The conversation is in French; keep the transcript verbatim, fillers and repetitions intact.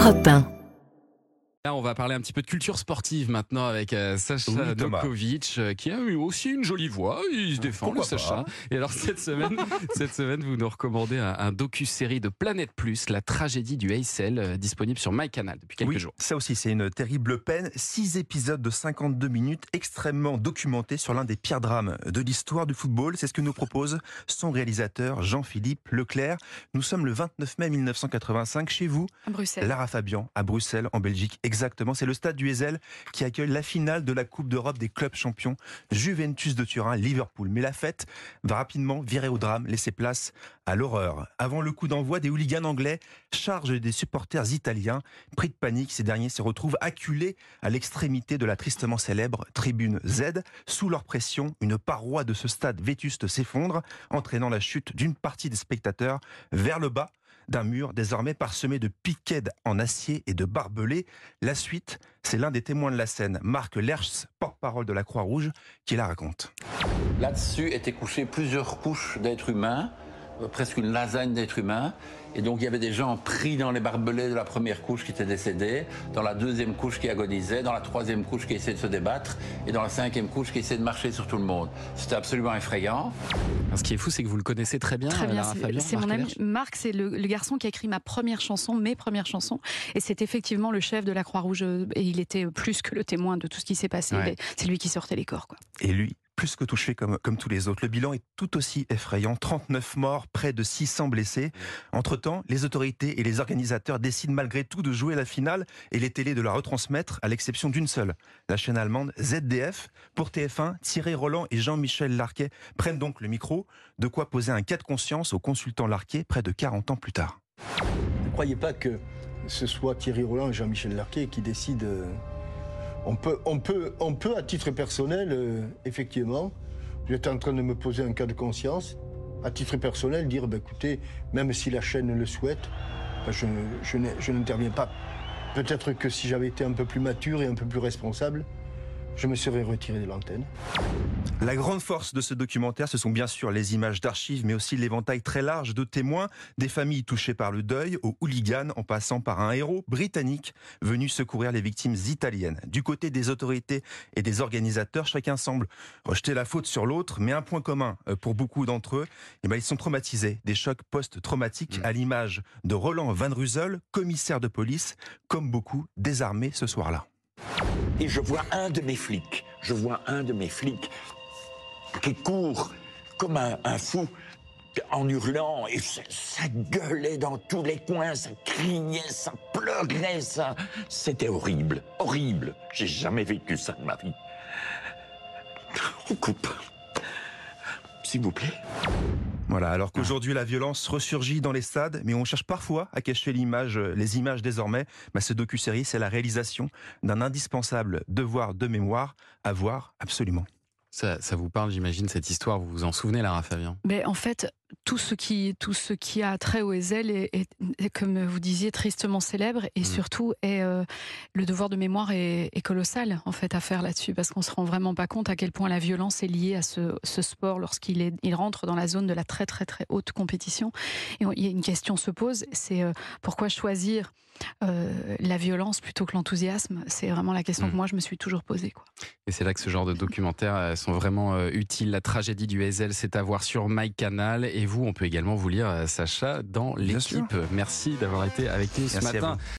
Europe un. Là, on va parler un petit peu de culture sportive maintenant avec euh, Sacha Oui, Thomas. Nokovic, euh, qui a eu aussi une jolie voix. Il se défend, Pourquoi le Sacha. pas. Et alors, cette semaine, cette semaine, vous nous recommandez un, un docu-série de Planète Plus, la tragédie du Heysel, euh, disponible sur MyCanal depuis quelques Oui, jours. ça aussi, c'est une terrible peine. Six épisodes de cinquante-deux minutes extrêmement documentés sur l'un des pires drames de l'histoire du football. C'est ce que nous propose son réalisateur Jean-Philippe Leclerc. Nous sommes le vingt-neuf mai mille neuf cent quatre-vingt-cinq chez vous, À Bruxelles. Lara Fabian, à Bruxelles, en Belgique. Exactement, c'est le stade du Heysel qui accueille la finale de la Coupe d'Europe des clubs champions, Juventus de Turin, Liverpool. Mais la fête va rapidement virer au drame, laisser place à l'horreur. Avant le coup d'envoi, des hooligans anglais chargent des supporters italiens. Pris de panique, ces derniers se retrouvent acculés à l'extrémité de la tristement célèbre tribune Z. Sous leur pression, une paroi de ce stade vétuste s'effondre, entraînant la chute d'une partie des spectateurs vers le bas d'un mur désormais parsemé de piquets en acier et de barbelés. La suite, c'est l'un des témoins de la scène, Marc Lerchs, porte-parole de la Croix-Rouge, qui la raconte. Là-dessus étaient couchées plusieurs couches d'êtres humains, euh, presque une lasagne d'êtres humains. Et donc il y avait des gens pris dans les barbelés de la première couche qui étaient décédés, dans la deuxième couche qui agonisait, dans la troisième couche qui essayait de se débattre, et dans la cinquième couche qui essayait de marcher sur tout le monde. C'était absolument effrayant. Alors, ce qui est fou, c'est que vous le connaissez très bien, Très bien, Lara c'est, Fabian. c'est mon Marc ami Lerch. Marc, c'est le, le garçon qui a écrit ma première chanson, mes premières chansons, et c'est effectivement le chef de la Croix-Rouge, et il était plus que le témoin de tout ce qui s'est passé. Ouais. Mais c'est lui qui sortait les corps, quoi. Et lui, plus que touché comme, comme tous les autres. Le bilan est tout aussi effrayant. trente-neuf morts, près de six cents blessés. Entre-temps, les autorités et les organisateurs décident malgré tout de jouer la finale et les télés de la retransmettre, à l'exception d'une seule, la chaîne allemande Z D F. Pour T F un, Thierry Roland et Jean-Michel Larquet prennent donc le micro, de quoi poser un cas de conscience au consultant Larquet près de quarante ans plus tard. Ne croyez pas que ce soit Thierry Roland et Jean-Michel Larquet qui décident. euh, On peut, on peut, on peut à titre personnel, euh, effectivement, j'étais en train de me poser un cas de conscience, à titre personnel, dire, bah, écoutez, même si la chaîne le souhaite, bah, je, je, n'ai- je n'interviens pas. Peut-être que si j'avais été un peu plus mature et un peu plus responsable, je me serais retiré de l'antenne. La grande force de ce documentaire, ce sont bien sûr les images d'archives, mais aussi l'éventail très large de témoins, des familles touchées par le deuil, aux hooligans, en passant par un héros britannique venu secourir les victimes italiennes. Du côté des autorités et des organisateurs, chacun semble rejeter la faute sur l'autre, mais un point commun euh, pour beaucoup d'entre eux, eh ben, ils sont traumatisés, des chocs post-traumatiques, Mmh. à l'image de Roland Van Ruzel, commissaire de police, comme beaucoup désarmé ce soir-là. Et je vois un de mes flics, je vois un de mes flics qui court comme un, un fou en hurlant et ça, ça gueulait dans tous les coins, ça criait, ça pleurait, ça... C'était horrible, horrible. J'ai jamais vécu ça de ma vie. On coupe. S'il vous plaît. Voilà, alors qu'aujourd'hui la violence ressurgit dans les stades, mais on cherche parfois à cacher l'image, les images désormais. Bah, ce docu-série, c'est la réalisation d'un indispensable devoir de mémoire à voir absolument. Ça, ça vous parle, j'imagine, cette histoire. Vous vous en souvenez, Lara Fabian? Mais en fait, tout ce qui, tout ce qui a trait au Heysel est, est, est, comme vous disiez, tristement célèbre, et Mmh. surtout, est, euh, le devoir de mémoire est, est colossal, en fait, à faire là-dessus, parce qu'on se rend vraiment pas compte à quel point la violence est liée à ce, ce sport lorsqu'il est, il rentre dans la zone de la très très très haute compétition. Et on, il y a une question se pose, c'est euh, pourquoi choisir euh, la violence plutôt que l'enthousiasme? C'est vraiment la question Mmh. que moi je me suis toujours posée, quoi. Et c'est là que ce genre de documentaires euh, sont vraiment euh, utiles. La tragédie du Heysel, c'est à voir sur MyCanal. Et vous, on peut également vous lire, euh, Sacha, dans Bien sûr. l'équipe. Merci d'avoir été avec nous ce Merci à matin. vous.